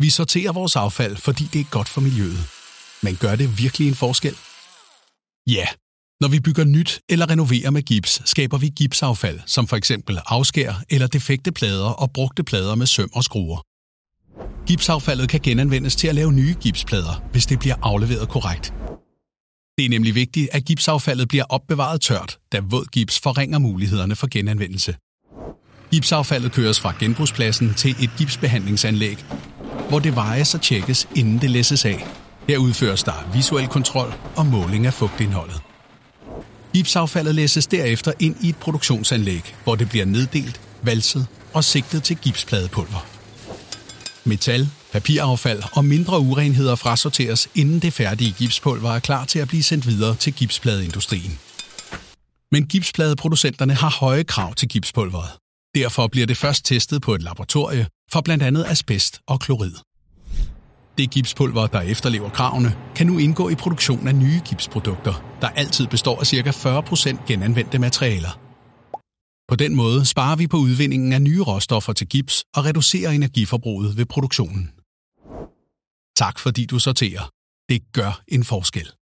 Vi sorterer vores affald, fordi det er godt for miljøet. Men gør det virkelig en forskel? Ja. Når vi bygger nyt eller renoverer med gips, skaber vi gipsaffald, som for eksempel afskær eller defekte plader og brugte plader med søm og skruer. Gipsaffaldet kan genanvendes til at lave nye gipsplader, hvis det bliver afleveret korrekt. Det er nemlig vigtigt, at gipsaffaldet bliver opbevaret tørt, da våd gips forringer mulighederne for genanvendelse. Gipsaffaldet køres fra genbrugspladsen til et gipsbehandlingsanlæg, hvor det vejes og tjekkes, inden det læsses af. Her udføres der visuel kontrol og måling af fugtindholdet. Gipsaffaldet læsses derefter ind i et produktionsanlæg, hvor det bliver neddelt, valset og sigtet til gipspladepulver. Metal, papiraffald og mindre urenheder frasorteres, inden det færdige gipspulver er klar til at blive sendt videre til gipspladeindustrien. Men gipspladeproducenterne har høje krav til gipspulveret. Derfor bliver det først testet på et laboratorie for blandt andet asbest og klorid. Det gipspulver, der efterlever kravene, kan nu indgå i produktion af nye gipsprodukter, der altid består af ca. 40% genanvendte materialer. På den måde sparer vi på udvindingen af nye råstoffer til gips og reducerer energiforbruget ved produktionen. Tak fordi du sorterer. Det gør en forskel.